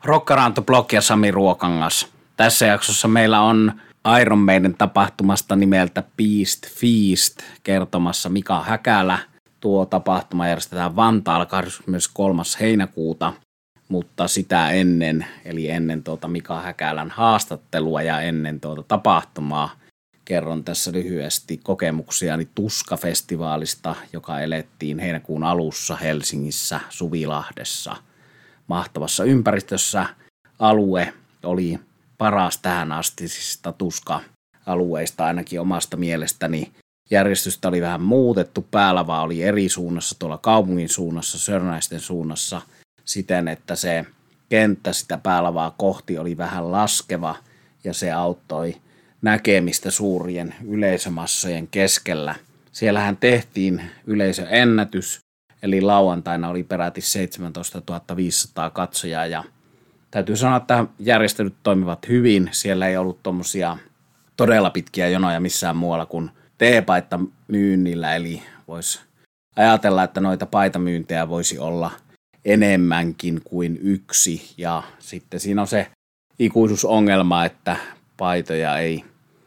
Rock Around the Block ja Sami Ruokangas. Tässä jaksossa meillä on Iron Maiden tapahtumasta nimeltä Beast Feast kertomassa Mika Häkälä. Tuo tapahtuma järjestetään Vantaalla 23. heinäkuuta, mutta sitä ennen, eli ennen Mika Häkälän haastattelua ja ennen tapahtumaa, kerron tässä lyhyesti kokemuksiani Tuska-festivaalista, joka elettiin heinäkuun alussa Helsingissä Suvilahdessa. Mahtavassa ympäristössä. Alue oli paras tähän astisista Tuska-alueista ainakin omasta mielestäni. Järjestystä oli vähän muutettu. Päälava oli eri suunnassa, tuolla kaupungin suunnassa, Sörnäisten suunnassa, siten, että se kenttä sitä päälavaa kohti oli vähän laskeva ja se auttoi näkemistä suurien yleisömassojen keskellä. Siellähän tehtiin yleisöennätys, eli lauantaina oli peräti 17 500 katsojaa ja täytyy sanoa, että järjestelyt toimivat hyvin. Siellä ei ollut tommosia todella pitkiä jonoja missään muualla kuin T-paittamyynnillä, eli voisi ajatella, että noita paitamyyntejä voisi olla enemmänkin kuin yksi. Ja sitten siinä on se ikuisuusongelma, että paitoja ei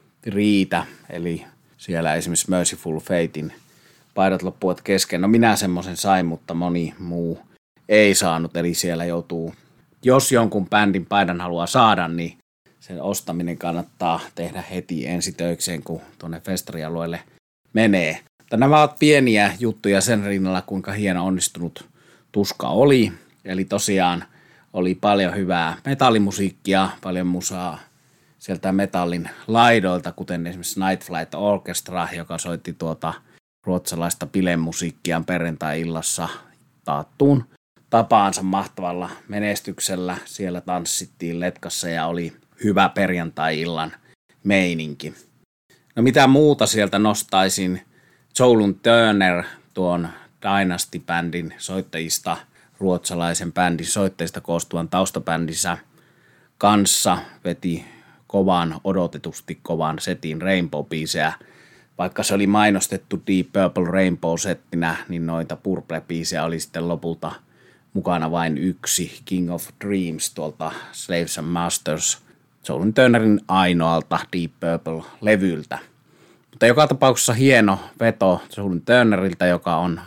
riitä, eli siellä esimerkiksi Merciful Fatein paidat loppuvat kesken. No minä semmoisen sain, mutta moni muu ei saanut, eli siellä joutuu, jos jonkun bändin paidan haluaa saada, niin sen ostaminen kannattaa tehdä heti ensitöikseen, kun tuonne festarialueelle menee. Mutta nämä ovat pieniä juttuja sen rinnalla, kuinka hieno onnistunut Tuska oli. Eli tosiaan oli paljon hyvää metallimusiikkia, paljon musaa sieltä metallin laidoilta, kuten esimerkiksi Night Flight Orchestra, joka soitti ruotsalaista bilemusiikkia perjantai-illassa taattuun tapaansa mahtavalla menestyksellä. Siellä tanssittiin letkassa ja oli hyvä perjantai-illan meininki. No mitä muuta sieltä nostaisin? Joulun Turner, tuon Dynasty-bändin soittajista, ruotsalaisen bändin soittajista koostuvan taustabändinsä kanssa veti odotetusti kovan setin Rainbow-biisejä. Vaikka se oli mainostettu Deep Purple Rainbow-settinä, niin noita Purple-biisejä oli sitten lopulta mukana vain yksi, King of Dreams tuolta Slaves and Masters, Joulun Turnerin ainoalta Deep Purple-levyltä. Mutta joka tapauksessa hieno veto Joulun Turnerilta, joka on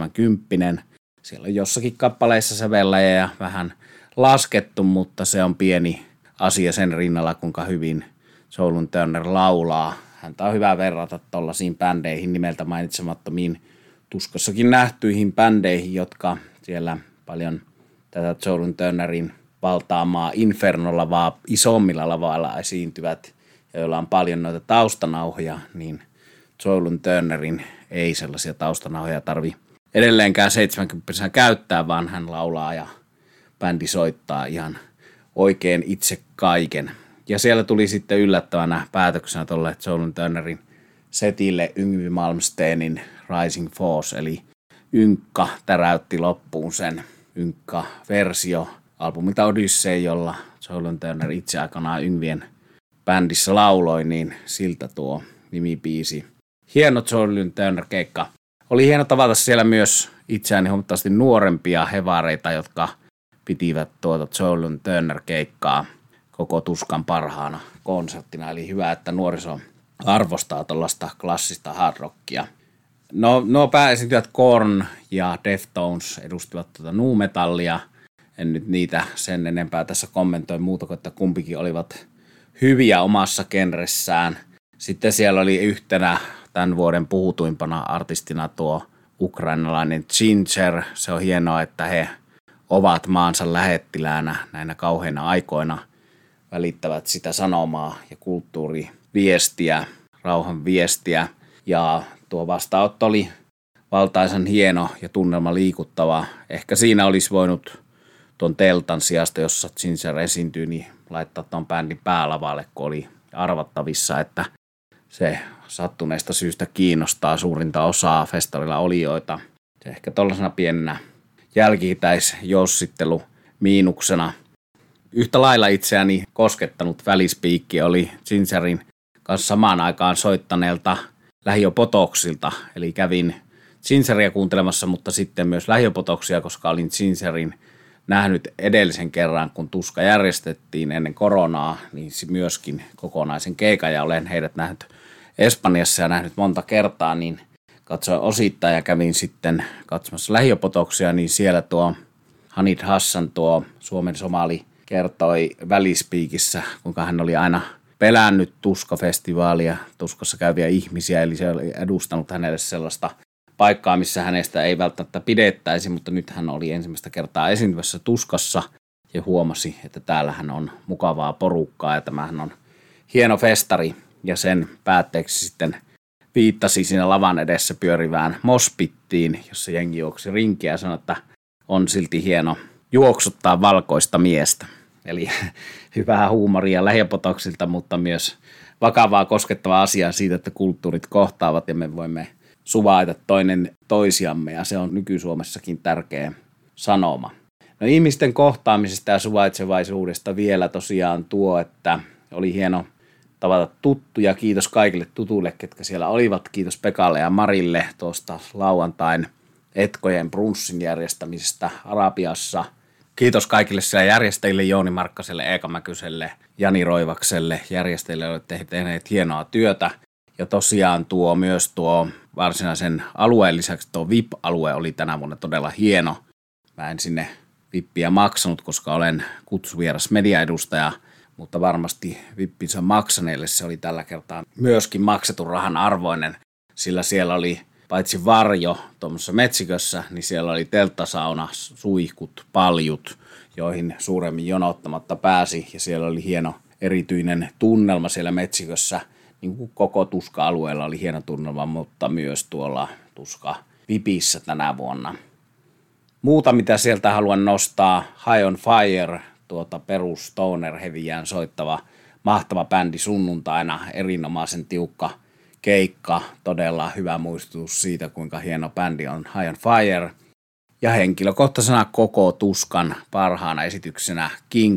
70. Siellä on jossakin kappaleissa sävellejä ja vähän laskettu, mutta se on pieni asia sen rinnalla, kuinka hyvin Joulun Turner laulaa. Häntä on hyvä verrata tuollaisiin bändeihin nimeltä mainitsemattomiin Tuskassakin nähtyihin bändeihin, jotka siellä paljon tätä Joulun Turnerin valtaamaa Inferno-lavaa isommilla lavailla esiintyvät ja joilla on paljon noita taustanauhoja, niin Joulun Turnerin ei sellaisia taustanauhoja tarvi edelleenkään 70 käyttää, vaan hän laulaa ja bändi soittaa ihan oikein itse kaiken. Ja siellä tuli sitten yllättävänä päätöksenä tuolle Joulun Turnerin setille Yngwie Malmsteenin Rising Force, eli Ynkka täräytti loppuun sen Ynkka-versio albumilta Odyssey, jolla Joulun Turner itse aikanaan Yngvien bändissä lauloi, niin siltä tuo nimibiisi. Hieno Joulun Turner-keikka. Oli hieno tavata siellä myös itseäni huomattavasti nuorempia hevareita, jotka pitivät Joulun Turner-keikkaa koko Tuskan parhaana konserttina. Eli hyvä, että nuoriso arvostaa tuollaista klassista hard rockia. No, nuo pääesiintyjät Korn ja Deftones edustivat nu metallia. En nyt niitä sen enempää tässä kommentoi muuta kuin, että kumpikin olivat hyviä omassa genressään. Sitten siellä oli yhtenä tämän vuoden puhutuimpana artistina tuo ukrainalainen Ginger. Se on hienoa, että he ovat maansa lähettiläänä näinä kauheina aikoina, välittävät sitä sanomaa ja kulttuuriviestiä, rauhan viestiä. Ja tuo vastaanotto oli valtaisan hieno ja tunnelma liikuttava. Ehkä siinä olisi voinut tuon teltan sijasta, jossa Ginger esiintyy, niin laittaa tuon bändin päälavalle, kun oli arvattavissa, että se sattuneesta syystä kiinnostaa suurinta osaa festarilla olijoita. Se ehkä tuollaisena pienenä jälkikäteisjossittelu miinuksena. Yhtä lailla itseäni koskettanut välispiikki oli Gingerin kanssa samaan aikaan soittaneelta Lähiöpotoksilta. Eli kävin Gingeria kuuntelemassa, mutta sitten myös Lähiöpotoksia, koska olin Gingerin nähnyt edellisen kerran, kun Tuska järjestettiin ennen koronaa, niin myöskin kokonaisen keikan ja olen heidät nähnyt Espanjassa ja nähnyt monta kertaa, niin katsoin osittain ja kävin sitten katsomassa lähiöpotoksia, niin siellä tuo Hanid Hassan, tuo Suomen somali, kertoi välispiikissä, kuinka hän oli aina pelännyt Tuska-festivaalia, Tuskassa käyviä ihmisiä, eli se oli edustanut hänelle sellaista paikkaa, missä hänestä ei välttämättä pidettäisi, mutta nyt hän oli ensimmäistä kertaa esiintymässä Tuskassa ja huomasi, että täällähän on mukavaa porukkaa ja tämähän on hieno festari ja sen päätteeksi sitten viittasi siinä lavan edessä pyörivään mospittiin, jossa jengi juoksi rinkiä ja sanoi, että on silti hieno juoksuttaa valkoista miestä. Eli hyvää huumoria lähiöpotoksilta, mutta myös vakavaa koskettavaa asiaa siitä, että kulttuurit kohtaavat ja me voimme suvaita toinen toisiamme ja se on nyky-Suomessakin tärkeä sanoma. No ihmisten kohtaamisesta ja suvaitsevaisuudesta vielä tosiaan tuo, että oli hieno tavata tuttuja. Kiitos kaikille tutuille, ketkä siellä olivat. Kiitos Pekalle ja Marille tuosta lauantain Etkojen brunssin järjestämisestä Arabiassa. Kiitos kaikille siellä järjestäjille, Jouni Markkaselle, Eeka Mäkyselle, Jani Roivakselle. Järjestäjille olette tehneet hienoa työtä. Ja tosiaan tuo varsinaisen alueen lisäksi tuo VIP-alue oli tänä vuonna todella hieno. Mä en sinne VIPpiä maksanut, koska olen kutsuvieras mediaedustaja, mutta varmasti VIPpinsä maksaneille se oli tällä kertaa myöskin maksetun rahan arvoinen, sillä siellä oli paitsi varjo tuommoisessa metsikössä, niin siellä oli telttasauna, suihkut, paljut, joihin suuremmin jonottamatta pääsi ja siellä oli hieno erityinen tunnelma siellä metsikössä. Niin kuin koko Tuska-alueella oli hieno tunnelma, mutta myös tuolla Tuska-Vipissä tänä vuonna. Muuta, mitä sieltä haluan nostaa, High on Fire, perus stoner heavyään soittava mahtava bändi sunnuntaina, erinomaisen tiukka keikka, todella hyvä muistutus siitä, kuinka hieno bändi on High on Fire. Ja henkilökohtaisena koko Tuskan parhaana esityksenä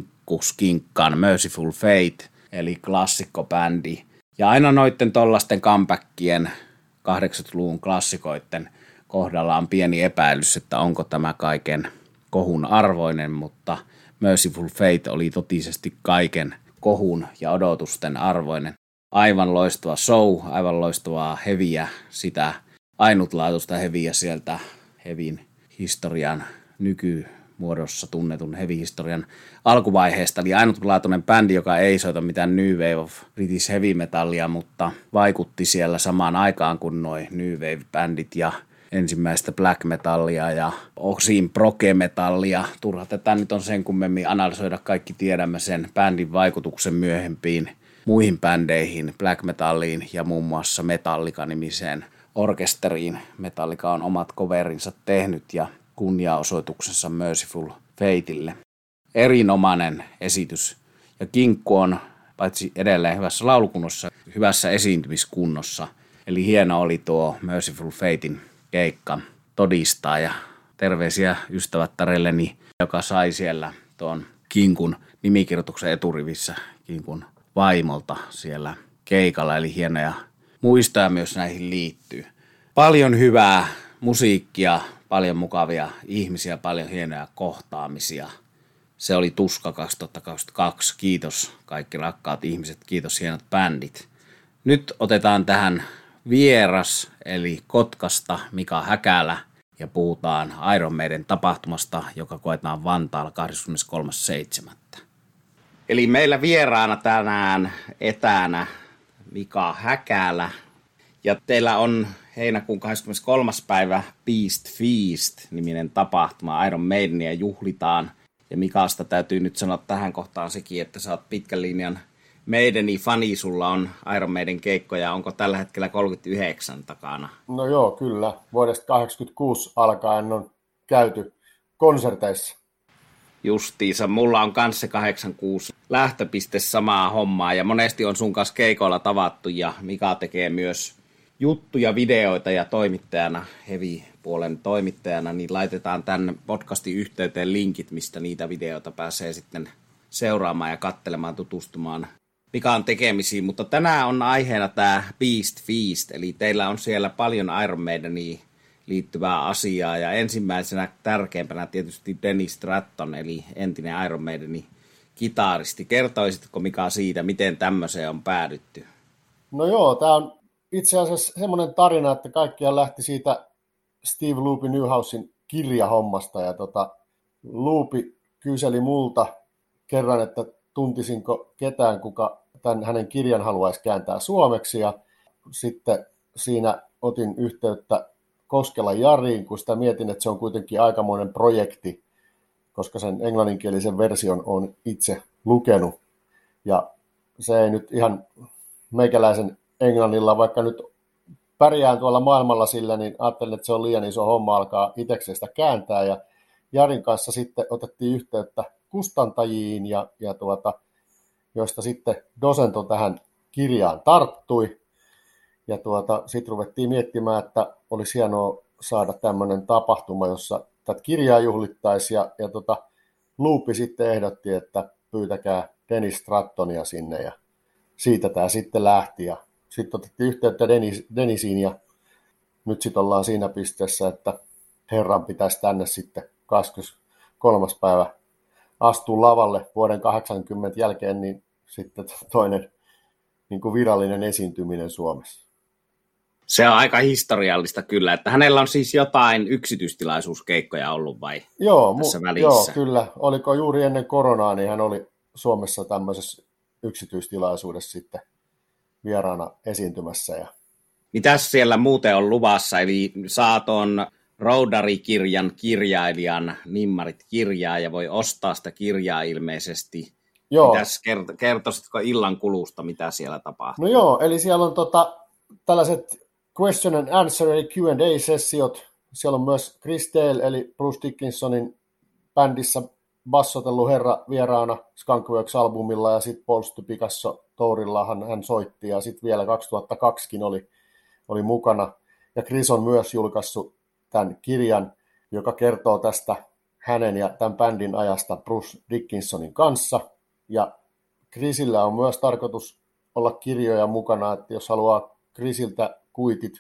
Kinkkan Merciful Fate, eli klassikkobändi. Ja aina noitten tollasten comebackien 80-luvun klassikoiden kohdalla on pieni epäilys, että onko tämä kaiken kohun arvoinen, mutta Merciful Fate oli totisesti kaiken kohun ja odotusten arvoinen. Aivan loistava show, aivan loistavaa heviä, sitä ainutlaatuista heviä sieltä hevin historian nykymuodossa tunnetun heavy-historian alkuvaiheesta. Eli ainutlaatuinen bändi, joka ei soita mitään New Wave of British Heavy Metallia, mutta vaikutti siellä samaan aikaan kuin noi New Wave-bändit ja ensimmäistä black metallia ja osin proge-metallia. Turha tätä nyt on sen kummemmin analysoida, kaikki tiedämme sen bändin vaikutuksen myöhempiin muihin bändeihin, black metalliin ja muun muassa Metallica-nimiseen orkesteriin. Metallica on omat coverinsa tehnyt ja kunniaosoituksensa Merciful Fateille. Erinomainen esitys ja kinkku on paitsi edelleen hyvässä laulukunnossa, hyvässä esiintymiskunnossa. Eli hieno oli tuo Merciful Fatein keikka todistaa ja terveisiä ystävättärelleni, joka sai siellä tuon kinkun nimikirjoituksen eturivissä kinkun vaimolta siellä keikalla. Eli hienoja muistoja myös näihin liittyy. Paljon hyvää musiikkia, paljon mukavia ihmisiä, paljon hienoja kohtaamisia. Se oli Tuska 2022. Kiitos kaikki rakkaat ihmiset, kiitos hienot bändit. Nyt otetaan tähän vieras, eli Kotkasta Mika Häkälä, ja puhutaan Iron Maiden tapahtumasta, joka koetaan Vantaalla 23.7. Eli meillä vieraana tänään etänä Mika Häkälä, ja teillä on heinäkuun 23. päivä Beast Feast-niminen tapahtuma. Iron Maidenia juhlitaan. Ja Mikasta täytyy nyt sanoa tähän kohtaan sekin, että sä oot pitkän linjan Maideni fani. Sulla on Iron Maiden keikkoja. Onko tällä hetkellä 39 takana? No joo, kyllä. Vuodesta 1986 alkaen on käyty konserteissa. Justiinsa. Mulla on kanssa 86 lähtöpiste samaa hommaa. Ja monesti on sun kanssa keikoilla tavattu. Ja Mika tekee myös juttuja, videoita ja toimittajana, heavy-puolen toimittajana, niin laitetaan tämän podcastin yhteyteen linkit, mistä niitä videoita pääsee sitten seuraamaan ja katselemaan, tutustumaan Mikan tekemisiin. Mutta tänään on aiheena tämä Beast Feast, eli teillä on siellä paljon Iron Maidenia liittyvää asiaa. Ja ensimmäisenä tärkeimpänä tietysti Dennis Stratton, eli entinen Iron Maidenin kitaristi. Kertoisitko Mika siitä, miten tämmöiseen on päädytty? No joo, tämä on itse asiassa semmoinen tarina, että kaikkiaan lähti siitä Steve Loopi Newhousen kirjahommasta. Ja Loopi kyseli multa kerran, että tuntisinko ketään, kuka tämän hänen kirjan haluaisi kääntää suomeksi. Ja sitten siinä otin yhteyttä Koskelan Jariin, kun sitä mietin, että se on kuitenkin aikamoinen projekti, koska sen englanninkielisen version on itse lukenut. Ja se ei nyt ihan meikäläisen englannilla, vaikka nyt pärjään tuolla maailmalla sillä, niin ajattelin, että se on liian iso homma alkaa itsekseen sitä kääntää. Ja Jarin kanssa sitten otettiin yhteyttä kustantajiin, joista sitten Dosento tähän kirjaan tarttui. Ja sitten ruvettiin miettimään, että olisi hienoa saada tämmöinen tapahtuma, jossa tätä kirjaa juhlittaisiin. Ja Loopi sitten ehdotti, että pyytäkää Dennis Strattonia sinne. Ja siitä tämä sitten lähti. Ja sitten otettiin yhteyttä Dennisiin ja nyt sitten ollaan siinä pisteessä, että herran pitäisi tänne sitten 23. päivä astua lavalle vuoden 80 jälkeen, niin sitten toinen niin kuin virallinen esiintyminen Suomessa. Se on aika historiallista kyllä, että hänellä on siis jotain yksityistilaisuuskeikkoja ollut vai tässä välissä? Joo, kyllä. Oliko juuri ennen koronaa, niin hän oli Suomessa tämmöisessä yksityistilaisuudessa sitten vieraana esiintymässä. Ja mitäs siellä muuten on luvassa? Eli saat on Roudari-kirjan kirjailijan nimmarit kirjaa ja voi ostaa sitä kirjaa ilmeisesti. Joo. Mitäs kertoisitko illan kulusta, mitä siellä tapahtuu? No joo, eli siellä on tällaiset question and answer eli Q&A-sessiot. Siellä on myös Chris Dale eli Bruce Dickinsonin bändissä bassotellut herra vieraana Skunkworks-albumilla ja sitten Paul Picasso Tourilla hän soitti ja sitten vielä 2002kin oli mukana. Ja Chris on myös julkaissut tämän kirjan, joka kertoo tästä hänen ja tämän bändin ajasta Bruce Dickinsonin kanssa. Ja Chrisillä on myös tarkoitus olla kirjoja mukana, että jos haluaa Chrisiltä kuitit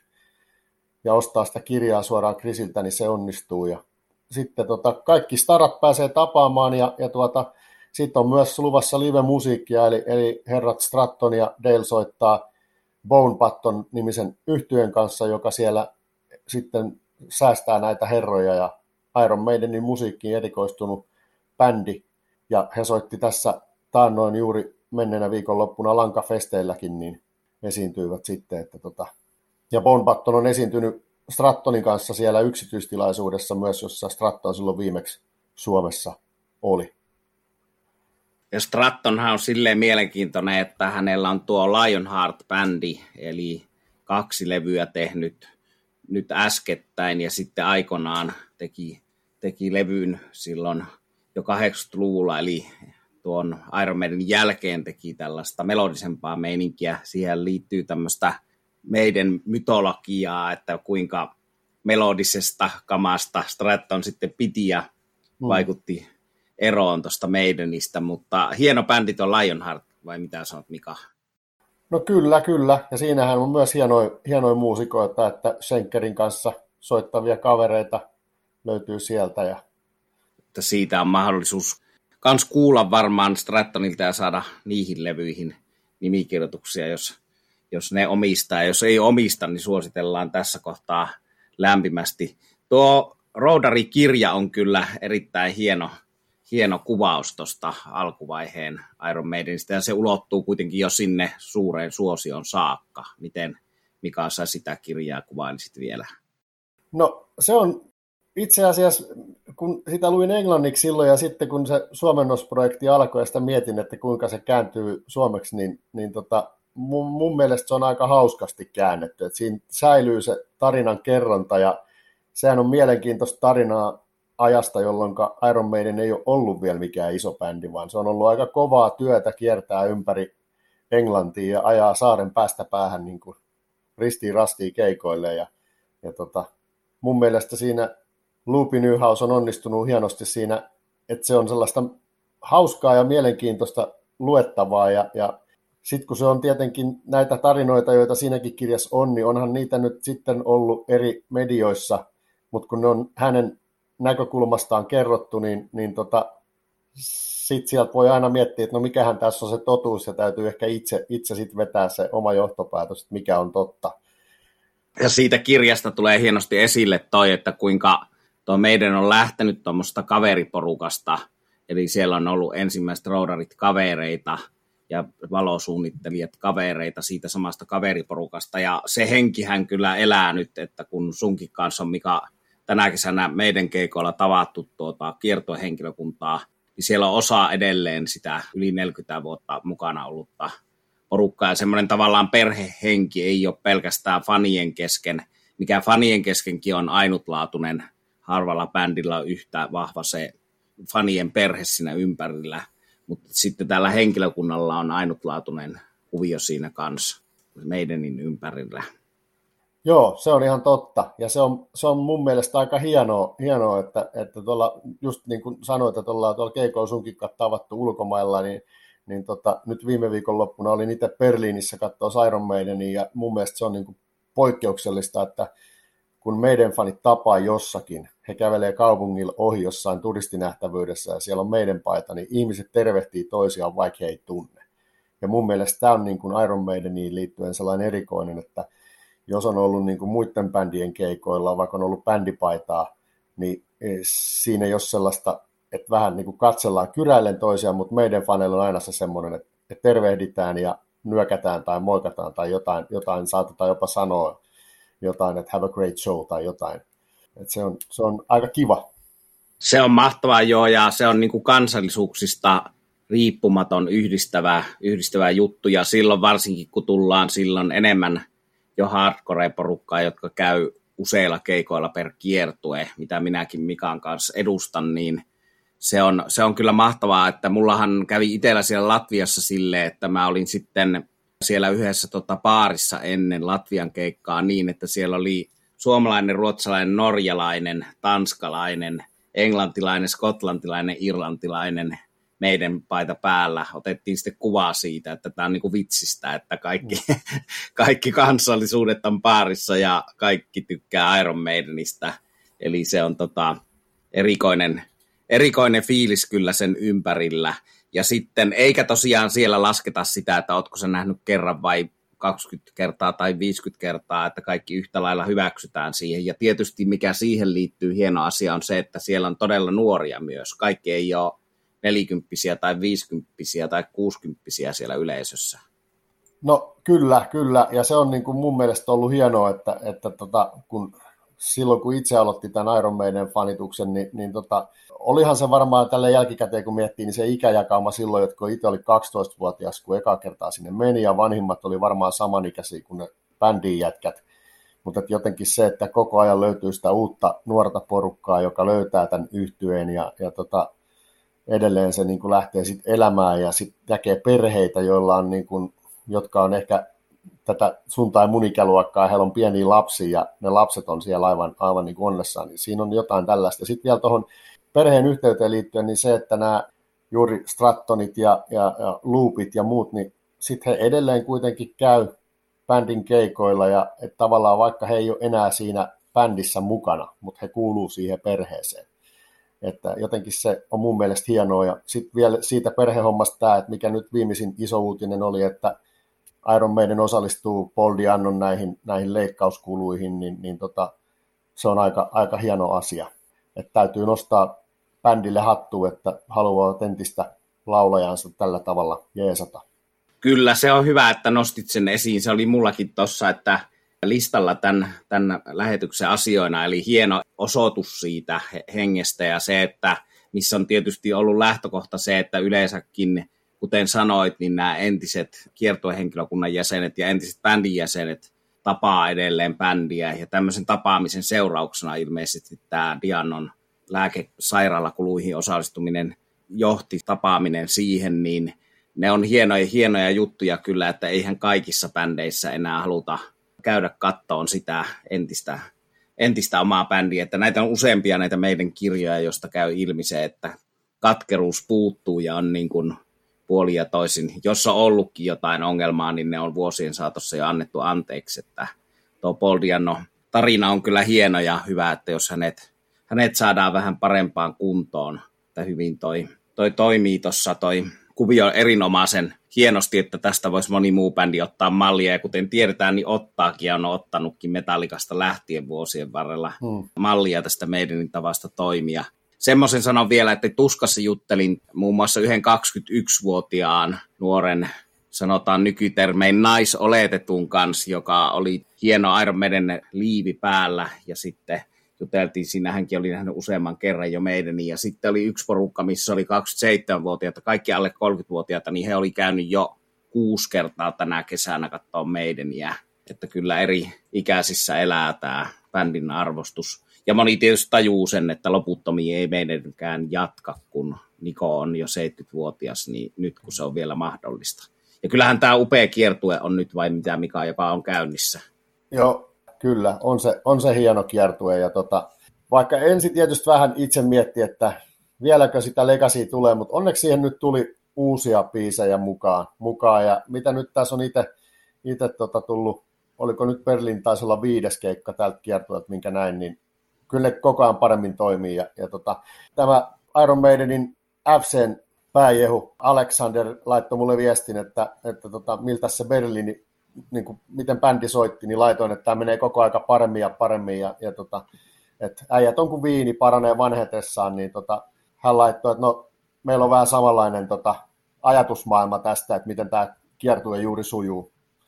ja ostaa sitä kirjaa suoraan Chrisiltä, niin se onnistuu. Ja sitten kaikki starat pääsee tapaamaan ja sitten on myös luvassa live-musiikkia, eli herrat Stratton ja Dale soittaa Bone Patton nimisen yhtyeen kanssa, joka siellä sitten säästää näitä herroja ja Iron Maidenin musiikkiin erikoistunut bändi. Ja he soitti tässä taannoin juuri menneenä viikonloppuna Lankafesteilläkin, niin esiintyivät sitten. Ja Bone Patton on esiintynyt Strattonin kanssa siellä yksityistilaisuudessa myös, jossa Stratton silloin viimeksi Suomessa oli. Ja Strattonhan on silleen mielenkiintoinen, että hänellä on tuo Lionheart-bändi, eli 2 levyä tehnyt nyt äskettäin, ja sitten aikoinaan teki levyn silloin jo 80-luvulla, eli tuon Iron Maidenin jälkeen teki tällaista melodisempaa meininkiä. Siihen liittyy tämmöistä meidän mytologiaa, että kuinka melodisesta kamasta Stratton sitten piti ja vaikutti eroon tuosta Maidenistä, mutta hieno bändi tuo Lionheart, vai mitä sanot Mika? No kyllä. Ja siinähän on myös hienoja muusikoita, että Schenkerin kanssa soittavia kavereita löytyy sieltä. Ja että siitä on mahdollisuus kans kuulla varmaan Strattonilta ja saada niihin levyihin nimikirjoituksia, jos ne omistaa. Ja jos ei omista, niin suositellaan tässä kohtaa lämpimästi. Tuo Roudari-kirja on kyllä erittäin hieno kuvaus tuosta alkuvaiheen Iron Maidenista, ja se ulottuu kuitenkin jo sinne suureen suosion saakka. Miten Mika sä sitä kirjaa kuvailisit vielä? No se on itse asiassa, kun sitä luin englanniksi silloin, ja sitten kun se suomennosprojekti alkoi, ja sitä mietin, että kuinka se kääntyy suomeksi, niin mun mielestä se on aika hauskasti käännetty. Että siinä säilyy se tarinan kerronta, ja sehän on mielenkiintoista tarinaa ajasta, jolloin Iron Maiden ei ole ollut vielä mikään iso bändi, vaan se on ollut aika kovaa työtä kiertää ympäri Englantia ja ajaa saaren päästä päähän niin kuin ristiin rastiin keikoille. Ja mun mielestä siinä Loopi Newhouse on onnistunut hienosti siinä, että se on sellaista hauskaa ja mielenkiintoista luettavaa. Ja sitten kun se on tietenkin näitä tarinoita, joita siinäkin kirjassa on, niin onhan niitä nyt sitten ollut eri medioissa mutta kun ne on hänen näkökulmastaan kerrottu, niin sitten sieltä voi aina miettiä, että no mikähän tässä on se totuus, ja täytyy ehkä itse sit vetää se oma johtopäätös, että mikä on totta. Ja siitä kirjasta tulee hienosti esille toi, että kuinka tuo meidän on lähtenyt tuommoista kaveriporukasta, eli siellä on ollut ensimmäiset roudarit kavereita ja valosuunnittelijat kavereita siitä samasta kaveriporukasta, ja se henkihän kyllä elää nyt, että kun sunkin kanssa on Mika tänä kesänä meidän keikoilla tavattu kiertuehenkilökuntaa, niin siellä on osa edelleen sitä yli 40 vuotta mukana ollutta porukkaa, ja semmoinen tavallaan perhehenki ei ole pelkästään fanien kesken, mikä fanien keskenkin on ainutlaatuinen, harvalla bändillä on yhtä vahva se fanien perhe siinä ympärillä, mutta sitten tällä henkilökunnalla on ainutlaatuinen kuvio siinä kanssa meidänin ympärillä. Joo, se on ihan totta, ja se on mun mielestä aika hienoa että tuolla, just niin kuin sanoit, että ollaan tuolla keikoilla sunkin tavattu ulkomailla, niin nyt viime viikonloppuna olin itse Berliinissä katsoa Iron Maidenia, ja mun mielestä se on niin kuin poikkeuksellista, että kun meidän fanit tapaa jossakin, he kävelee kaupungilla ohi jossain turistinähtävyydessä, ja siellä on meidän paita, niin ihmiset tervehtii toisiaan, vaikka he ei tunne. Ja mun mielestä tämä on niin kuin Iron Maideniin liittyen sellainen erikoinen, että jos on ollut niin kuin muiden bändien keikoilla, vaikka on ollut bändipaitaa, niin siinä ei ole sellaista, että vähän niin kuin katsellaan kyräillen toisiaan, mutta meidän faneilla on aina se semmoinen, että tervehditään ja nyökätään tai moikataan tai jotain saatetaan jopa sanoa jotain, että have a great show tai jotain. Että se on aika kiva. Se on mahtavaa, joo, ja se on niin kuin kansallisuuksista riippumaton yhdistävä juttu, ja silloin varsinkin, kun tullaan silloin enemmän jo hardcore-porukkaa, jotka käy useilla keikoilla per kiertue, mitä minäkin Mikan kanssa edustan, niin se on kyllä mahtavaa, että mullahan kävi itsellä siellä Latviassa silleen, että mä olin sitten siellä yhdessä baarissa ennen Latvian keikkaa niin, että siellä oli suomalainen, ruotsalainen, norjalainen, tanskalainen, englantilainen, skotlantilainen, irlantilainen meidän paita päällä. Otettiin sitten kuvaa siitä, että tämä on niin kuin vitsistä, että kaikki kansallisuudet on baarissa ja kaikki tykkää Iron Maidenistä. Eli se on erikoinen fiilis kyllä sen ympärillä. Ja sitten, eikä tosiaan siellä lasketa sitä, että ootko sä nähnyt kerran vai 20 kertaa tai 50 kertaa, että kaikki yhtä lailla hyväksytään siihen. Ja tietysti mikä siihen liittyy hieno asia on se, että siellä on todella nuoria myös. Kaikki ei ole 40 tai 50 tai 60 siellä yleisössä. No kyllä. Ja se on niin kuin mun mielestä ollut hienoa, että kun silloin kun itse aloitti tämän Iron Maiden fanituksen, niin olihan se varmaan tälle jälkikäteen, kun miettii, niin se ikäjakauma silloin, jotka itse oli 12-vuotias, kun eka kertaa sinne meni, ja vanhimmat oli varmaan samanikäisiä kuin ne bändin jätkät. Mutta jotenkin se, että koko ajan löytyy sitä uutta nuorta porukkaa, joka löytää tämän yhtyeen, ja edelleen se niin kuin lähtee sitten elämään, ja sitten näkee perheitä, joilla on niin kuin, jotka on ehkä tätä sun tai mun ikäluokkaa, heillä on pieniä lapsia, ja ne lapset on siellä aivan niin kuin onnessaan, niin siinä on jotain tällaista. Ja sitten vielä tuohon perheen yhteyteen liittyen, niin se, että nämä juuri Strattonit ja Loopit ja muut, niin sitten he edelleen kuitenkin käy bändin keikoilla, ja että tavallaan vaikka he ei ole enää siinä bändissä mukana, mutta he kuuluu siihen perheeseen. Että jotenkin se on mun mielestä hienoa, ja sitten vielä siitä perhehommasta tämä, että mikä nyt viimeisin iso uutinen oli, että Iron Maiden osallistuu Paul Di'Annon näihin leikkauskuluihin, niin se on aika hieno asia. Että täytyy nostaa bändille hattua, että haluaa entistä laulajansa tällä tavalla jeesata. Kyllä, se on hyvä, että nostit sen esiin. Se oli mullakin tuossa, että listalla tämän lähetyksen asioina, eli hieno osoitus siitä hengestä ja se, että missä on tietysti ollut lähtökohta se, että yleensäkin, kuten sanoit, niin nämä entiset kiertuehenkilökunnan jäsenet ja entiset bändin jäsenet tapaa edelleen bändiä, ja tämmöisen tapaamisen seurauksena ilmeisesti tämä Di'Annon lääkesairaalakuluihin osallistuminen johti tapaaminen siihen, niin ne on hienoja juttuja kyllä, että eihän kaikissa bändeissä enää haluta käydä kattoon sitä entistä omaa bändiä, että näitä on useampia näitä meidän kirjoja, josta käy ilmi se, että katkeruus puuttuu ja on niin kuin puolin ja toisin. Jos on ollutkin jotain ongelmaa, niin ne on vuosien saatossa jo annettu anteeksi, että tuo Paul Di'Anno tarina on kyllä hieno ja hyvä, että jos hänet saadaan vähän parempaan kuntoon, että hyvin toi toimii tuossa, toi kuvio erinomaisen hienosti, että tästä voisi moni muu bändi ottaa mallia, ja kuten tiedetään, niin ottaakin ja on ottanutkin Metallicasta lähtien vuosien varrella mallia tästä meidän tavasta toimia. Semmoisen sanon vielä, että tuskassa juttelin muun muassa yhden 21-vuotiaan nuoren, sanotaan nykytermein naisoletetun kanssa, joka oli hieno Iron Maiden liivi päällä, ja sitten juteltiin, siinä hänkin oli nähnyt useamman kerran jo meidänin, ja sitten oli yksi porukka, missä oli 27-vuotiaita, kaikki alle 30-vuotiaita, niin he oli käynyt jo 6 kertaa tänä kesänä katsoa meidäniä, että kyllä eri ikäisissä elää tämä bändin arvostus. Ja moni tietysti tajuu sen, että loputtomia ei meidänkään jatka, kun Niko on jo 70-vuotias, niin nyt kun se on vielä mahdollista. Ja kyllähän tämä upea kiertue on nyt vain mitä Mika jopa on käynnissä. Joo, kyllä, on se hieno kiertue. Ja vaikka ensin tietysti vähän itse mietti, että vieläkö sitä Legacya tulee, mutta onneksi siihen nyt tuli uusia biisejä mukaan. Ja mitä nyt tässä on itse tullut, oliko nyt Berliin taisi olla 5. keikka tältä kiertueelta, minkä näin, niin kyllä koko ajan paremmin toimii. Ja tämä Iron Maidenin FC:n pääjehu Alexander laittoi mulle viestin, että miltä se Berliini, niin kuin, miten bändi soitti, niin laitoin, että tämä menee koko aika paremmin ja että äijät on kuin viini, paranee vanhetessaan, niin hän laittoi, että no, meillä on vähän samanlainen ajatusmaailma tästä, että miten tämä kiertue juuri sujuu.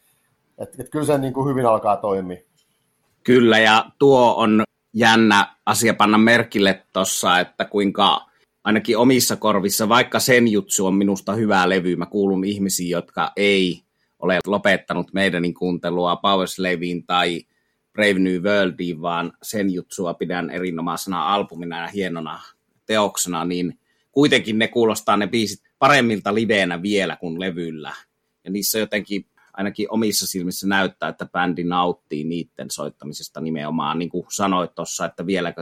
Että kyllä se niin kuin hyvin alkaa toimia. Kyllä, ja tuo on jännä asia panna merkille tuossa, että kuinka ainakin omissa korvissa, vaikka Senjutsu on minusta hyvä levy, mä kuulun ihmisiin, jotka ei ole lopettanut meidänin kuuntelua Powerslaveen tai Brave New Worldiin, vaan Senjutsua pidän erinomaisena albumina ja hienona teoksena, niin kuitenkin ne kuulostaa ne biisit paremmilta liveenä vielä kuin levyllä. Ja niissä jotenkin ainakin omissa silmissä näyttää, että bändi nauttii niiden soittamisesta nimenomaan, niin kuin sanoit tuossa, että vieläkö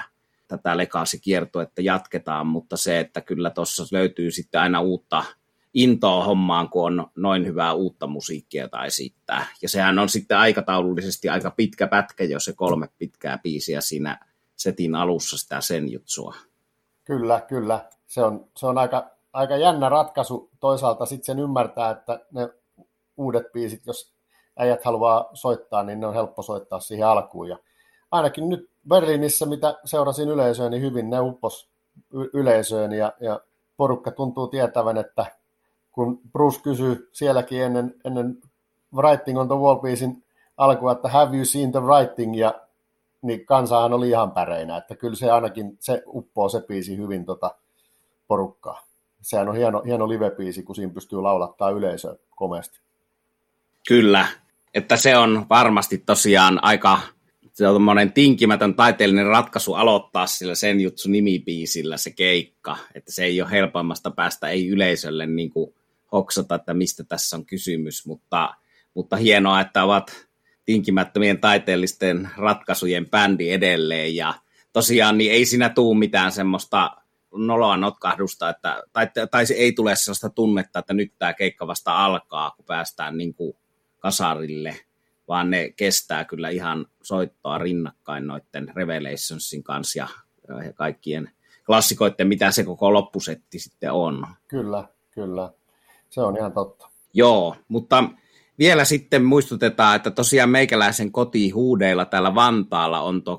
tätä Legacya-kiertuetta jatketaan, mutta se, että kyllä tuossa löytyy sitten aina uutta intoa hommaan, kun on noin hyvää uutta musiikkia, jota esittää. Ja sehän on sitten aikataulullisesti aika pitkä pätkä, jo se 3 pitkää biisiä siinä setin alussa sitä Senjutsua. Kyllä. Se on aika jännä ratkaisu. Toisaalta sitten sen ymmärtää, että ne uudet biisit, jos äijät haluaa soittaa, niin ne on helppo soittaa siihen alkuun. Ja ainakin nyt Berliinissä, mitä seurasin yleisöön, niin hyvin ne uppos yleisöön ja porukka tuntuu tietävän, että kun Bruce kysyi sielläkin ennen Writing on the Wall-biisin alkua, että have you seen the writing, niin kansahan oli ihan päreinä, että kyllä se ainakin se uppoo se biisi hyvin porukkaa. Sehän on hieno live-biisi, kun siinä pystyy laulattaa yleisöä komeasti. Kyllä, että se on varmasti tosiaan aika se on tommoinen tinkimätön taiteellinen ratkaisu aloittaa sillä Senjutsu-nimibiisillä se keikka, että se ei ole helpoimmasta päästä, ei yleisölle niin kuin hoksata, että mistä tässä on kysymys, mutta hienoa, että ovat tinkimättömien taiteellisten ratkaisujen bändi edelleen, ja tosiaan niin ei siinä tule mitään semmoista noloa notkahdusta, tai ei tule sellaista tunnetta, että nyt tämä keikka vasta alkaa, kun päästään niin kuin kasarille, vaan ne kestää kyllä ihan soittoa rinnakkain noiden Revelationsin kanssa ja kaikkien klassikoiden, mitä se koko loppusetti sitten on. Kyllä. Se on ihan totta. Joo, mutta vielä sitten muistutetaan, että tosiaan meikäläisen kotihuudeilla täällä Vantaalla on tuo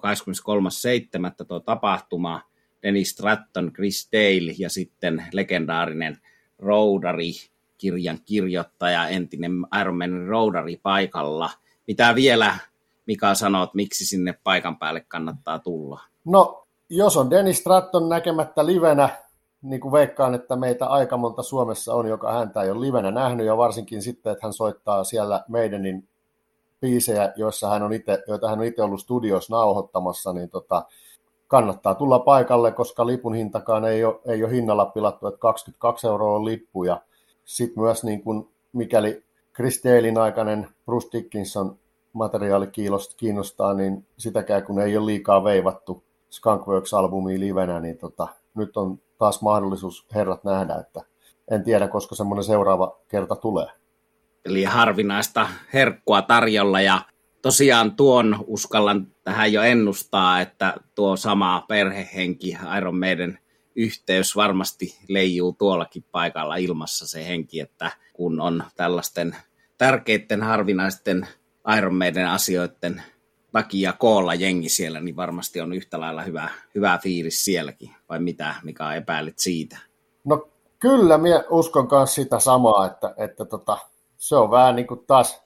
23.7. tuo tapahtuma, Dennis Stratton, Chris Dale ja sitten legendaarinen roudari, kirjan kirjoittaja, entinen Iron Maiden roudari paikalla. Mitä vielä, Mika, sanot, miksi sinne paikan päälle kannattaa tulla? No, jos on Dennis Stratton näkemättä livenä, niin kuin veikkaan, että meitä aika monta Suomessa on, joka häntä ei ole livenä nähnyt, ja varsinkin sitten, että hän soittaa siellä Maidenin biisejä, joita hän on itse ollut studiossa nauhoittamassa, niin kannattaa tulla paikalle, koska lipun hintakaan ei ole hinnalla pilattu, että 22 € on lippu, ja sitten myös niin kuin, mikäli Chris Dalein aikainen Bruce Dickinson materiaali kiinnostaa, niin sitäkään kun ei ole liikaa veivattu Skunkworks-albumia livenä, niin nyt on taas mahdollisuus herrat nähdä, että en tiedä, koska semmoinen seuraava kerta tulee. Eli harvinaista herkkua tarjolla, ja tosiaan tuon uskallan tähän jo ennustaa, että tuo sama perhehenki, Iron Maiden yhteys varmasti leijuu tuollakin paikalla ilmassa se henki, että kun on tällaisten tärkeiden harvinaisten Iron Maiden asioiden takia koolla jengi siellä, niin varmasti on yhtä lailla hyvä fiilis sielläkin. Vai mitä, Mika, epäilet siitä? No kyllä, minä uskon myös sitä samaa, että se on vähän niin kuin taas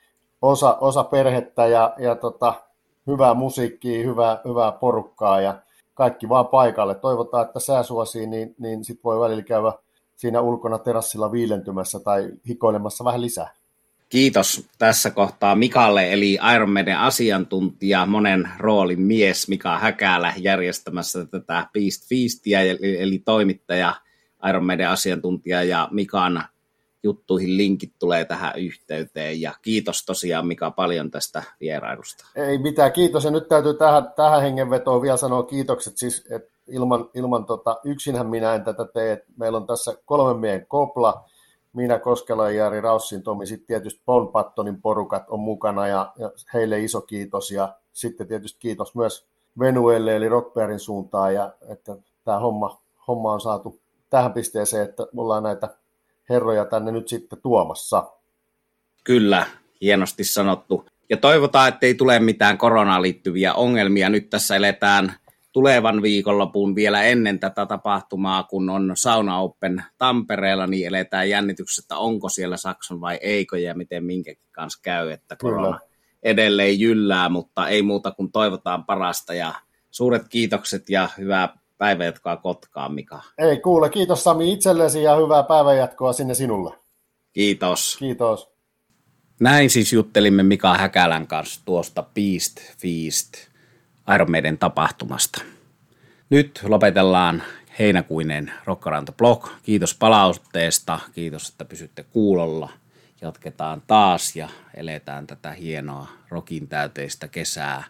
osa perhettä ja hyvää musiikkia, hyvää porukkaa ja kaikki vaan paikalle. Toivotaan, että sää suosii, niin sit voi välillä käydä siinä ulkona terassilla viilentymässä tai hikoilemassa vähän lisää. Kiitos tässä kohtaa Mikalle, eli Iron Maiden asiantuntija, monen roolin mies Mika Häkälä järjestämässä tätä Beast Feastia, eli toimittaja, Iron Maiden asiantuntija, ja Mikan juttuihin linkit tulee tähän yhteyteen. Ja kiitos tosiaan Mika paljon tästä vierailusta. Ei mitään, kiitos. Ja nyt täytyy tähän hengenvetoon vielä sanoa kiitokset. Siis, että ilman yksinhän minä en tätä tee. Meillä on tässä 3 miehen kopla. Minä, Koskela ja Jari Raussin Tomi, sitten tietysti Paul Pattonin porukat on mukana ja heille iso kiitos. Ja sitten tietysti kiitos myös Venuelle eli Rockbearin suuntaan, ja että tämä homma on saatu tähän pisteeseen, että ollaan näitä herroja tänne nyt sitten tuomassa. Kyllä, hienosti sanottu. Ja toivotaan, ettei tule mitään koronaan liittyviä ongelmia. Nyt tässä eletään tulevan viikonlopun vielä ennen tätä tapahtumaa, kun on Sauna Open Tampereella, niin eletään jännityksessä, että onko siellä Sakson vai eikö ja miten minkäkin kanssa käy, että korona edelleen jyllää, mutta ei muuta kuin toivotaan parasta ja suuret kiitokset ja hyvää päivänjatkoa Kotkaan, Mika. Ei kuule, kiitos Sami itsellesi ja hyvää päivänjatkoa sinne sinulle. Kiitos. Kiitos. Näin siis juttelimme Mika Häkälän kanssa tuosta Beast Feast Iron Maiden tapahtumasta. Nyt lopetellaan heinäkuinen Rock Around the Block. Kiitos palautteesta, kiitos, että pysytte kuulolla. Jatketaan taas ja eletään tätä hienoa rockin täyteistä kesää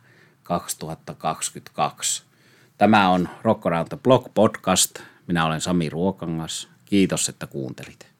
2022. Tämä on Rock Around the Block podcast. Minä olen Sami Ruokangas. Kiitos, että kuuntelit.